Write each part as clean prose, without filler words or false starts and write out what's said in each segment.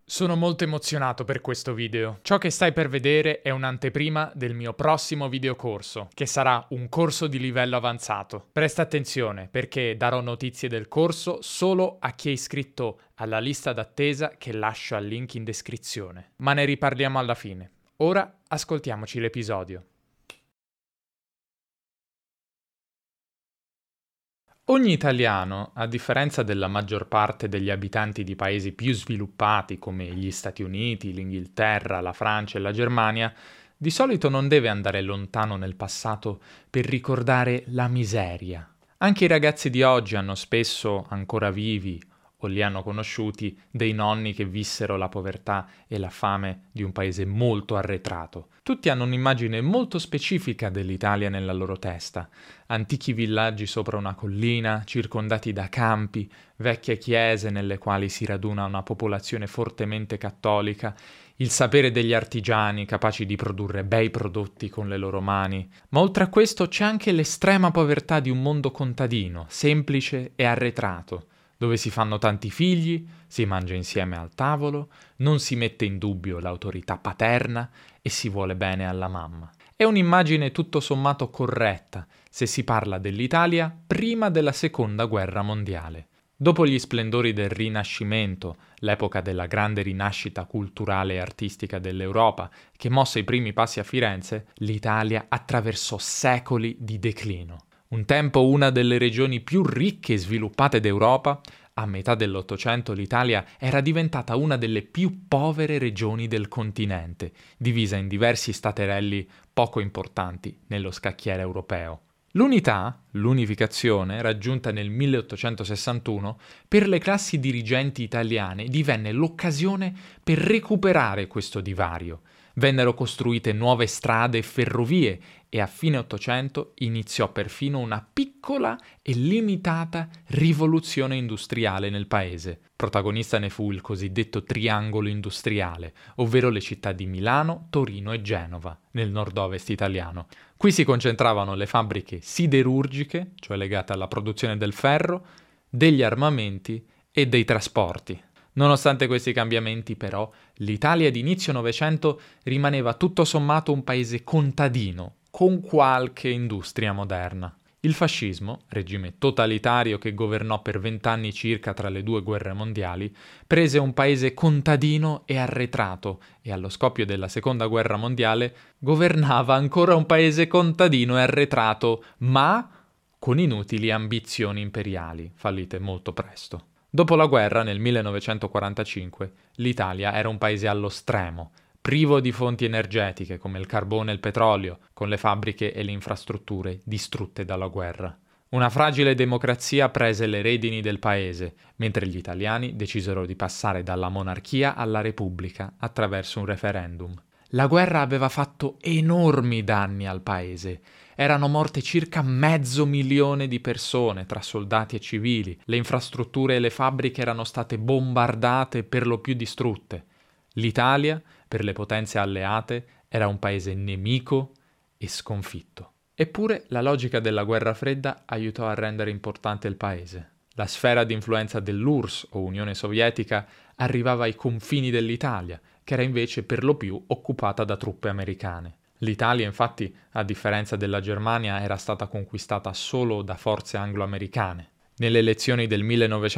Sono molto emozionato per questo video. Ciò che stai per vedere è un'anteprima del mio prossimo videocorso, che sarà un corso di livello avanzato. Presta attenzione, perché darò notizie del corso solo a chi è iscritto alla lista d'attesa che lascio al link in descrizione. Ma ne riparliamo alla fine. Ora ascoltiamoci l'episodio. Ogni italiano, a differenza della maggior parte degli abitanti di paesi più sviluppati come gli Stati Uniti, l'Inghilterra, la Francia e la Germania, di solito non deve andare lontano nel passato per ricordare la miseria. Anche i ragazzi di oggi hanno spesso, ancora vivi o li hanno conosciuti, dei nonni che vissero la povertà e la fame di un paese molto arretrato. Tutti hanno un'immagine molto specifica dell'Italia nella loro testa. Antichi villaggi sopra una collina, circondati da campi, vecchie chiese nelle quali si raduna una popolazione fortemente cattolica, il sapere degli artigiani capaci di produrre bei prodotti con le loro mani. Ma oltre a questo c'è anche l'estrema povertà di un mondo contadino, semplice e arretrato, dove si fanno tanti figli, si mangia insieme al tavolo, non si mette in dubbio l'autorità paterna e si vuole bene alla mamma. È un'immagine tutto sommato corretta se si parla dell'Italia prima della Seconda Guerra Mondiale. Dopo gli splendori del Rinascimento, l'epoca della grande rinascita culturale e artistica dell'Europa, che mosse i primi passi a Firenze, l'Italia attraversò secoli di declino. Un tempo una delle regioni più ricche e sviluppate d'Europa, a metà dell'Ottocento l'Italia era diventata una delle più povere regioni del continente, divisa in diversi staterelli poco importanti nello scacchiere europeo. L'unificazione, raggiunta nel 1861, per le classi dirigenti italiane divenne l'occasione per recuperare questo divario. Vennero costruite nuove strade e ferrovie e a fine Ottocento iniziò perfino una piccola e limitata rivoluzione industriale nel paese. Protagonista ne fu il cosiddetto triangolo industriale, ovvero le città di Milano, Torino e Genova, nel nord-ovest italiano. Qui si concentravano le fabbriche siderurgiche, cioè legate alla produzione del ferro, degli armamenti e dei trasporti. Nonostante questi cambiamenti, però, l'Italia di inizio Novecento rimaneva tutto sommato un paese contadino, con qualche industria moderna. Il fascismo, regime totalitario che governò per 20 anni circa tra le due guerre mondiali, prese un paese contadino e arretrato e allo scoppio della Seconda Guerra Mondiale governava ancora un paese contadino e arretrato, ma con inutili ambizioni imperiali, fallite molto presto. Dopo la guerra, nel 1945, l'Italia era un paese allo stremo, privo di fonti energetiche come il carbone e il petrolio, con le fabbriche e le infrastrutture distrutte dalla guerra. Una fragile democrazia prese le redini del paese, mentre gli italiani decisero di passare dalla monarchia alla repubblica attraverso un referendum. La guerra aveva fatto enormi danni al paese. Erano morte circa 500.000 di persone, tra soldati e civili. Le infrastrutture e le fabbriche erano state bombardate e per lo più distrutte. L'Italia, per le potenze alleate, era un paese nemico e sconfitto. Eppure la logica della guerra fredda aiutò a rendere importante il paese. La sfera di influenza dell'URSS o Unione Sovietica arrivava ai confini dell'Italia, che era invece per lo più occupata da truppe americane. L'Italia, infatti, a differenza della Germania, era stata conquistata solo da forze anglo-americane. Nelle elezioni del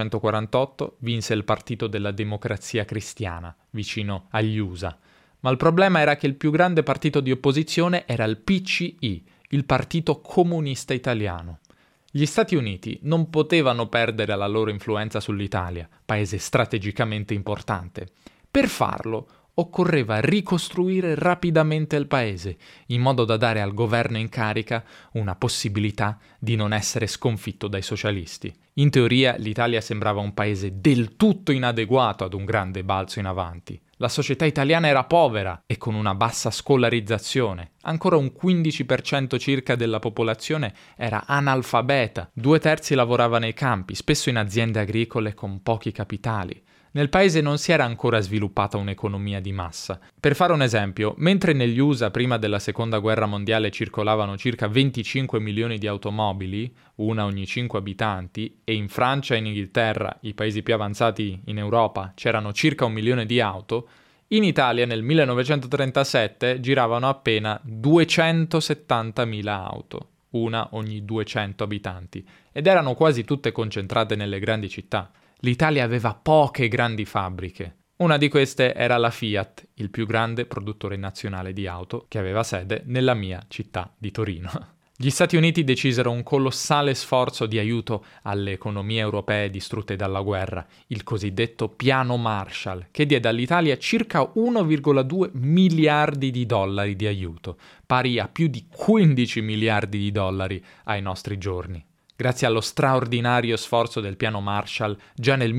1948 vinse il Partito della Democrazia Cristiana, vicino agli USA. Ma il problema era che il più grande partito di opposizione era il PCI, il Partito Comunista Italiano. Gli Stati Uniti non potevano perdere la loro influenza sull'Italia, paese strategicamente importante. Per farlo occorreva ricostruire rapidamente il paese, in modo da dare al governo in carica una possibilità di non essere sconfitto dai socialisti. In teoria l'Italia sembrava un paese del tutto inadeguato ad un grande balzo in avanti. La società italiana era povera e con una bassa scolarizzazione. Ancora un 15% circa della popolazione era analfabeta. 2/3 lavorava nei campi, spesso in aziende agricole con pochi capitali. Nel paese non si era ancora sviluppata un'economia di massa. Per fare un esempio, mentre negli USA prima della Seconda Guerra Mondiale circolavano circa 25 milioni di automobili, una ogni 5 abitanti, e in Francia e in Inghilterra, i paesi più avanzati in Europa, c'erano circa 1 milione di auto, in Italia nel 1937 giravano appena 270.000 auto, una ogni 200 abitanti, ed erano quasi tutte concentrate nelle grandi città. L'Italia aveva poche grandi fabbriche. Una di queste era la Fiat, il più grande produttore nazionale di auto, che aveva sede nella mia città di Torino. Gli Stati Uniti decisero un colossale sforzo di aiuto alle economie europee distrutte dalla guerra, il cosiddetto Piano Marshall, che diede all'Italia circa 1,2 miliardi di dollari di aiuto, pari a più di 15 miliardi di dollari ai nostri giorni. Grazie allo straordinario sforzo del Piano Marshall, già nel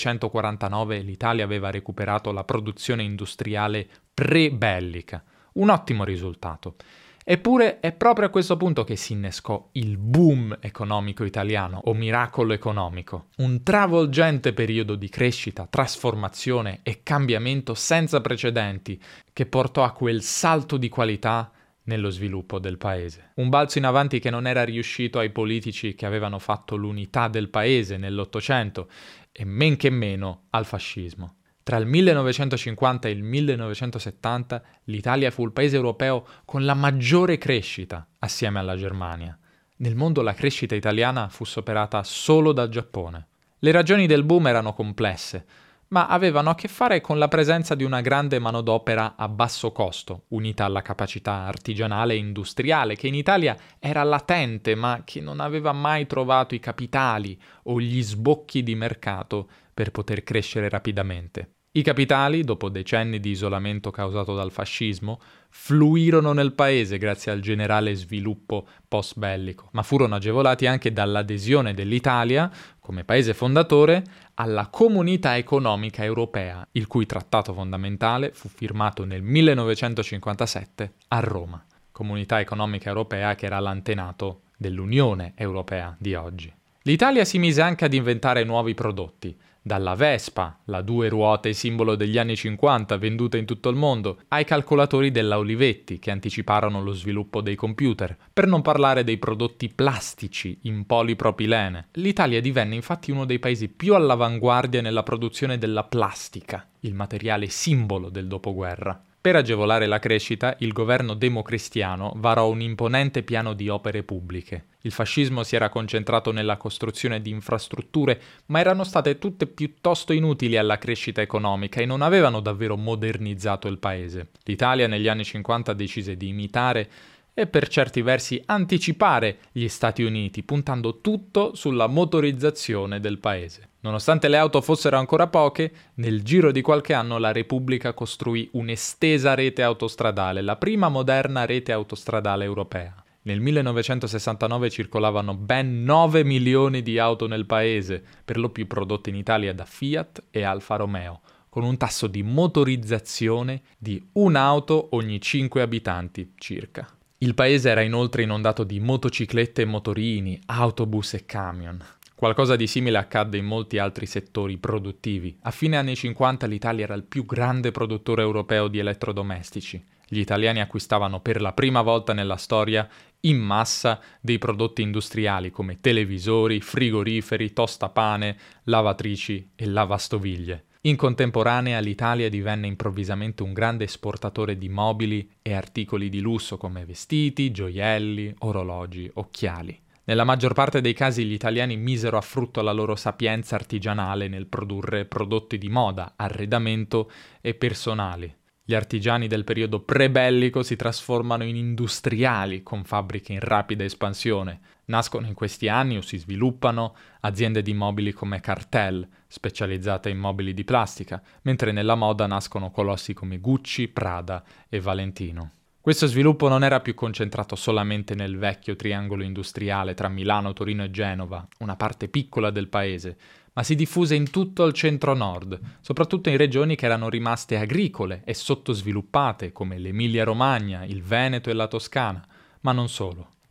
1949 l'Italia aveva recuperato la produzione industriale pre-bellica. Un ottimo risultato. Eppure è proprio a questo punto che si innescò il boom economico italiano, o miracolo economico. Un travolgente periodo di crescita, trasformazione e cambiamento senza precedenti che portò a quel salto di qualità nello sviluppo del paese. Un balzo in avanti che non era riuscito ai politici che avevano fatto l'unità del paese nell'Ottocento e men che meno al fascismo. Tra il 1950 e il 1970 l'Italia fu il paese europeo con la maggiore crescita, assieme alla Germania. Nel mondo la crescita italiana fu superata solo dal Giappone. Le ragioni del boom erano complesse, ma avevano a che fare con la presenza di una grande manodopera a basso costo, unita alla capacità artigianale e industriale, che in Italia era latente, ma che non aveva mai trovato i capitali o gli sbocchi di mercato per poter crescere rapidamente. I capitali, dopo decenni di isolamento causato dal fascismo, fluirono nel paese grazie al generale sviluppo post-bellico, ma furono agevolati anche dall'adesione dell'Italia, come paese fondatore, alla Comunità Economica Europea, il cui trattato fondamentale fu firmato nel 1957 a Roma. Comunità Economica Europea che era l'antenato dell'Unione Europea di oggi. L'Italia si mise anche ad inventare nuovi prodotti, dalla Vespa, la 2 ruote simbolo degli anni 50 venduta in tutto il mondo, ai calcolatori della Olivetti che anticiparono lo sviluppo dei computer, per non parlare dei prodotti plastici in polipropilene. L'Italia divenne infatti uno dei paesi più all'avanguardia nella produzione della plastica, il materiale simbolo del dopoguerra. Per agevolare la crescita, il governo democristiano varò un imponente piano di opere pubbliche. Il fascismo si era concentrato nella costruzione di infrastrutture, ma erano state tutte piuttosto inutili alla crescita economica e non avevano davvero modernizzato il paese. L'Italia negli anni 50 decise di imitare e per certi versi anticipare gli Stati Uniti, puntando tutto sulla motorizzazione del paese. Nonostante le auto fossero ancora poche, nel giro di qualche anno la Repubblica costruì un'estesa rete autostradale, la prima moderna rete autostradale europea. Nel 1969 circolavano ben 9 milioni di auto nel paese, per lo più prodotte in Italia da Fiat e Alfa Romeo, con un tasso di motorizzazione di un'auto ogni 5 abitanti circa. Il paese era inoltre inondato di motociclette e motorini, autobus e camion. Qualcosa di simile accadde in molti altri settori produttivi. A fine anni 50 l'Italia era il più grande produttore europeo di elettrodomestici. Gli italiani acquistavano per la prima volta nella storia in massa dei prodotti industriali come televisori, frigoriferi, tostapane, lavatrici e lavastoviglie. In contemporanea l'Italia divenne improvvisamente un grande esportatore di mobili e articoli di lusso come vestiti, gioielli, orologi, occhiali. Nella maggior parte dei casi gli italiani misero a frutto la loro sapienza artigianale nel produrre prodotti di moda, arredamento e personali. Gli artigiani del periodo pre-bellico si trasformano in industriali con fabbriche in rapida espansione. Nascono in questi anni o si sviluppano aziende di mobili come Cartel, specializzate in mobili di plastica, mentre nella moda nascono colossi come Gucci, Prada e Valentino. Questo sviluppo non era più concentrato solamente nel vecchio triangolo industriale tra Milano, Torino e Genova, una parte piccola del paese, ma si diffuse in tutto il centro-nord, soprattutto in regioni che erano rimaste agricole e sottosviluppate come l'Emilia-Romagna, il Veneto e la Toscana, ma non solo.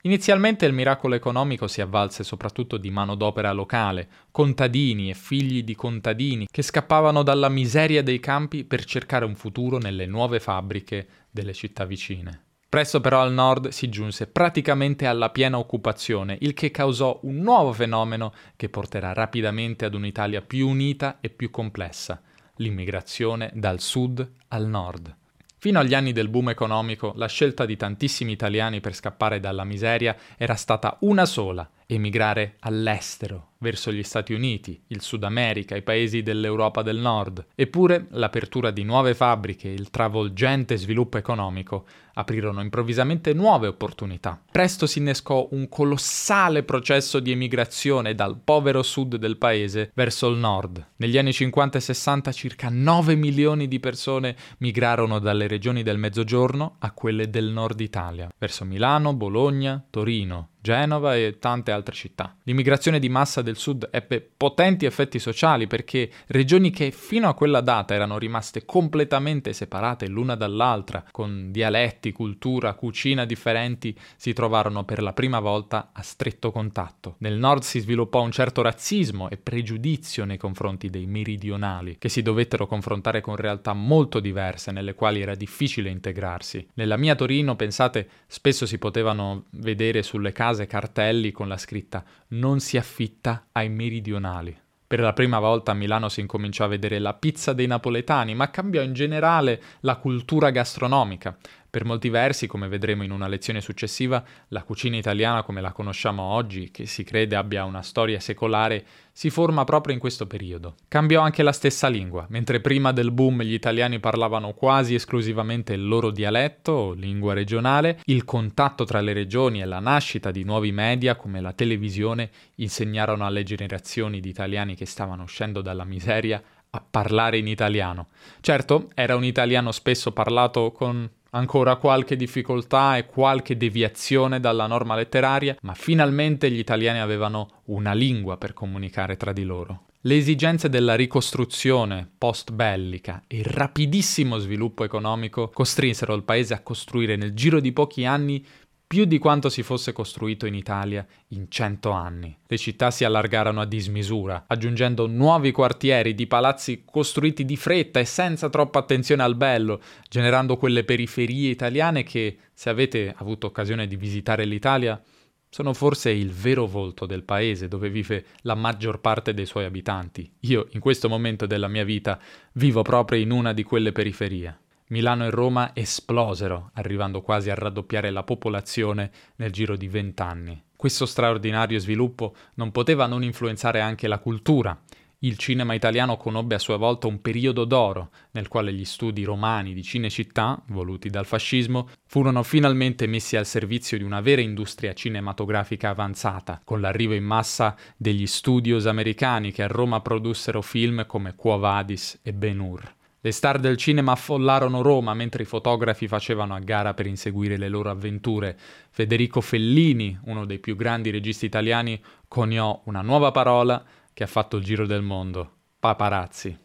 Inizialmente il miracolo economico si avvalse soprattutto di manodopera locale, contadini e figli di contadini che scappavano dalla miseria dei campi per cercare un futuro nelle nuove fabbriche delle città vicine. Presto però al nord si giunse praticamente alla piena occupazione, il che causò un nuovo fenomeno che porterà rapidamente ad un'Italia più unita e più complessa, l'immigrazione dal sud al nord. Fino agli anni del boom economico, la scelta di tantissimi italiani per scappare dalla miseria era stata una sola: emigrare all'estero, verso gli Stati Uniti, il Sud America, i paesi dell'Europa del Nord. Eppure l'apertura di nuove fabbriche e il travolgente sviluppo economico aprirono improvvisamente nuove opportunità. Presto si innescò un colossale processo di emigrazione dal povero sud del paese verso il nord. Negli anni 50 e 60 circa 9 milioni di persone migrarono dalle regioni del Mezzogiorno a quelle del nord Italia, verso Milano, Bologna, Torino, Genova e tante altre città. L'immigrazione di massa del sud ebbe potenti effetti sociali perché regioni che fino a quella data erano rimaste completamente separate l'una dall'altra, con dialetti, cultura, cucina differenti, si trovarono per la prima volta a stretto contatto. Nel nord si sviluppò un certo razzismo e pregiudizio nei confronti dei meridionali, che si dovettero confrontare con realtà molto diverse nelle quali era difficile integrarsi. Nella mia Torino, pensate, spesso si potevano vedere sulle case cartelli con la scritta "Non si affitta ai meridionali". Per la prima volta a Milano si incominciò a vedere la pizza dei napoletani, ma cambiò in generale la cultura gastronomica. Per molti versi, come vedremo in una lezione successiva, la cucina italiana come la conosciamo oggi, che si crede abbia una storia secolare, si forma proprio in questo periodo. Cambiò anche la stessa lingua. Mentre prima del boom gli italiani parlavano quasi esclusivamente il loro dialetto o lingua regionale, il contatto tra le regioni e la nascita di nuovi media come la televisione insegnarono alle generazioni di italiani che stavano uscendo dalla miseria a parlare in italiano. Certo, era un italiano spesso parlato con ancora qualche difficoltà e qualche deviazione dalla norma letteraria, ma finalmente gli italiani avevano una lingua per comunicare tra di loro. Le esigenze della ricostruzione post-bellica e il rapidissimo sviluppo economico costrinsero il paese a costruire nel giro di pochi anni più di quanto si fosse costruito in Italia in 100 anni. Le città si allargarono a dismisura, aggiungendo nuovi quartieri di palazzi costruiti di fretta e senza troppa attenzione al bello, generando quelle periferie italiane che, se avete avuto occasione di visitare l'Italia, sono forse il vero volto del paese dove vive la maggior parte dei suoi abitanti. Io, in questo momento della mia vita, vivo proprio in una di quelle periferie. Milano e Roma esplosero, arrivando quasi a raddoppiare la popolazione nel giro di 20 anni. Questo straordinario sviluppo non poteva non influenzare anche la cultura. Il cinema italiano conobbe a sua volta un periodo d'oro, nel quale gli studi romani di Cinecittà, voluti dal fascismo, furono finalmente messi al servizio di una vera industria cinematografica avanzata, con l'arrivo in massa degli studios americani che a Roma produssero film come Quo Vadis e Ben-Hur. Le star del cinema affollarono Roma mentre i fotografi facevano a gara per inseguire le loro avventure. Federico Fellini, uno dei più grandi registi italiani, coniò una nuova parola che ha fatto il giro del mondo: paparazzi.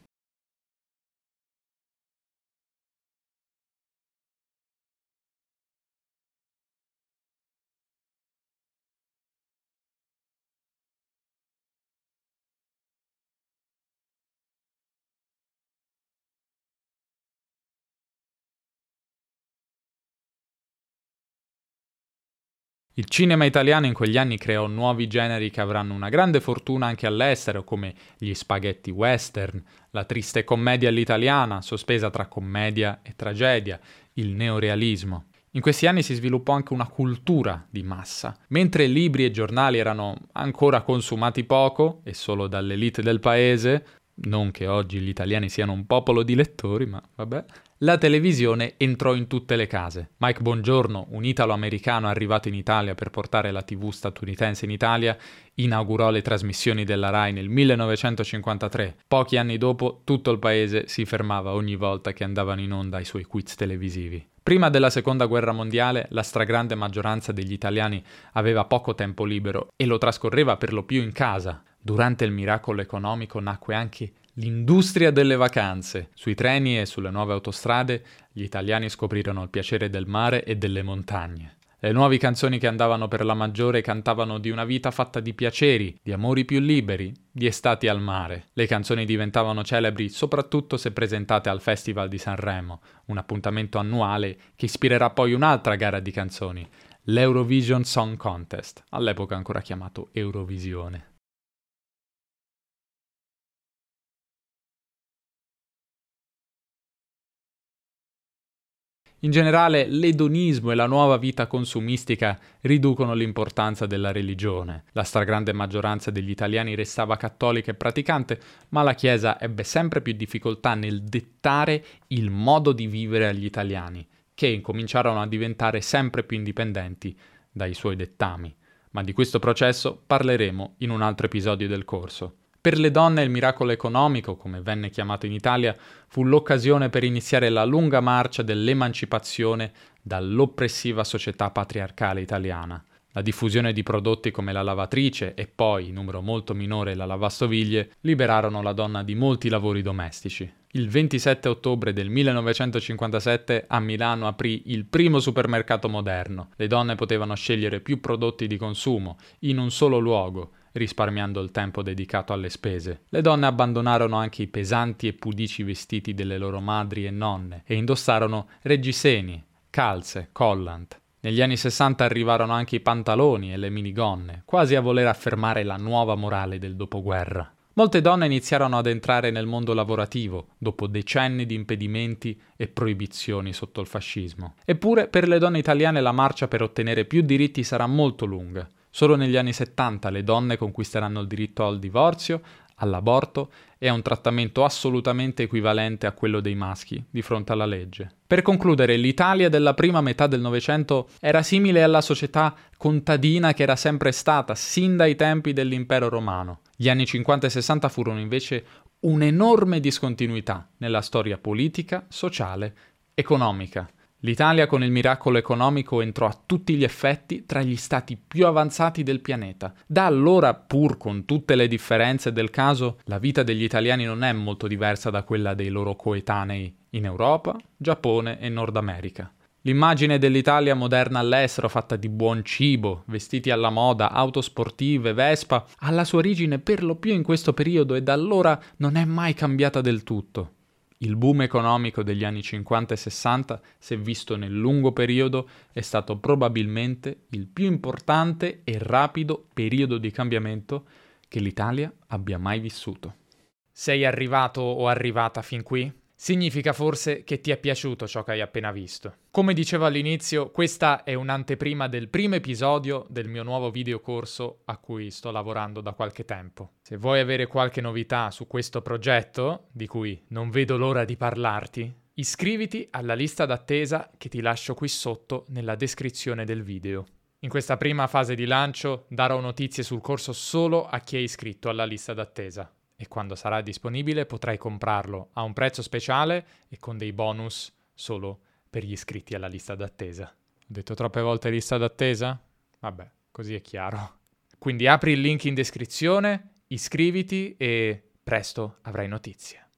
Il cinema italiano in quegli anni creò nuovi generi che avranno una grande fortuna anche all'estero, come gli spaghetti western, la triste commedia all'italiana, sospesa tra commedia e tragedia, il neorealismo. In questi anni si sviluppò anche una cultura di massa. Mentre libri e giornali erano ancora consumati poco e solo dall'elite del paese, non che oggi gli italiani siano un popolo di lettori, ma vabbè, la televisione entrò in tutte le case. Mike Bongiorno, un italo-americano arrivato in Italia per portare la TV statunitense in Italia, inaugurò le trasmissioni della Rai nel 1953. Pochi anni dopo, tutto il paese si fermava ogni volta che andavano in onda i suoi quiz televisivi. Prima della Seconda Guerra Mondiale, la stragrande maggioranza degli italiani aveva poco tempo libero e lo trascorreva per lo più in casa. Durante il miracolo economico nacque anche l'industria delle vacanze. Sui treni e sulle nuove autostrade gli italiani scoprirono il piacere del mare e delle montagne. Le nuove canzoni che andavano per la maggiore cantavano di una vita fatta di piaceri, di amori più liberi, di estati al mare. Le canzoni diventavano celebri soprattutto se presentate al Festival di Sanremo, un appuntamento annuale che ispirerà poi un'altra gara di canzoni, l'Eurovision Song Contest, all'epoca ancora chiamato Eurovisione. In generale, l'edonismo e la nuova vita consumistica riducono l'importanza della religione. La stragrande maggioranza degli italiani restava cattolica e praticante, ma la Chiesa ebbe sempre più difficoltà nel dettare il modo di vivere agli italiani, che incominciarono a diventare sempre più indipendenti dai suoi dettami. Ma di questo processo parleremo in un altro episodio del corso. Per le donne il miracolo economico, come venne chiamato in Italia, fu l'occasione per iniziare la lunga marcia dell'emancipazione dall'oppressiva società patriarcale italiana. La diffusione di prodotti come la lavatrice e poi, in numero molto minore, la lavastoviglie, liberarono la donna di molti lavori domestici. Il 27 ottobre del 1957 a Milano aprì il primo supermercato moderno. Le donne potevano scegliere più prodotti di consumo, in un solo luogo, risparmiando il tempo dedicato alle spese. Le donne abbandonarono anche i pesanti e pudici vestiti delle loro madri e nonne e indossarono reggiseni, calze, collant. Negli anni 60 arrivarono anche i pantaloni e le minigonne, quasi a voler affermare la nuova morale del dopoguerra. Molte donne iniziarono ad entrare nel mondo lavorativo, dopo decenni di impedimenti e proibizioni sotto il fascismo. Eppure, per le donne italiane la marcia per ottenere più diritti sarà molto lunga. Solo negli anni 70 le donne conquisteranno il diritto al divorzio, all'aborto e a un trattamento assolutamente equivalente a quello dei maschi di fronte alla legge. Per concludere, l'Italia della prima metà del Novecento era simile alla società contadina che era sempre stata sin dai tempi dell'Impero Romano. Gli anni 50 e 60 furono invece un'enorme discontinuità nella storia politica, sociale, economica. L'Italia con il miracolo economico entrò a tutti gli effetti tra gli stati più avanzati del pianeta. Da allora, pur con tutte le differenze del caso, la vita degli italiani non è molto diversa da quella dei loro coetanei in Europa, Giappone e Nord America. L'immagine dell'Italia moderna all'estero, fatta di buon cibo, vestiti alla moda, auto sportive, Vespa, ha la sua origine per lo più in questo periodo e da allora non è mai cambiata del tutto. Il boom economico degli anni 50 e 60, se visto nel lungo periodo, è stato probabilmente il più importante e rapido periodo di cambiamento che l'Italia abbia mai vissuto. Sei arrivato o arrivata fin qui? Significa forse che ti è piaciuto ciò che hai appena visto. Come dicevo all'inizio, questa è un'anteprima del primo episodio del mio nuovo videocorso a cui sto lavorando da qualche tempo. Se vuoi avere qualche novità su questo progetto, di cui non vedo l'ora di parlarti, iscriviti alla lista d'attesa che ti lascio qui sotto nella descrizione del video. In questa prima fase di lancio darò notizie sul corso solo a chi è iscritto alla lista d'attesa. E quando sarà disponibile potrai comprarlo a un prezzo speciale e con dei bonus solo per gli iscritti alla lista d'attesa. Ho detto troppe volte lista d'attesa? Vabbè, così è chiaro. Quindi apri il link in descrizione, iscriviti e presto avrai notizie.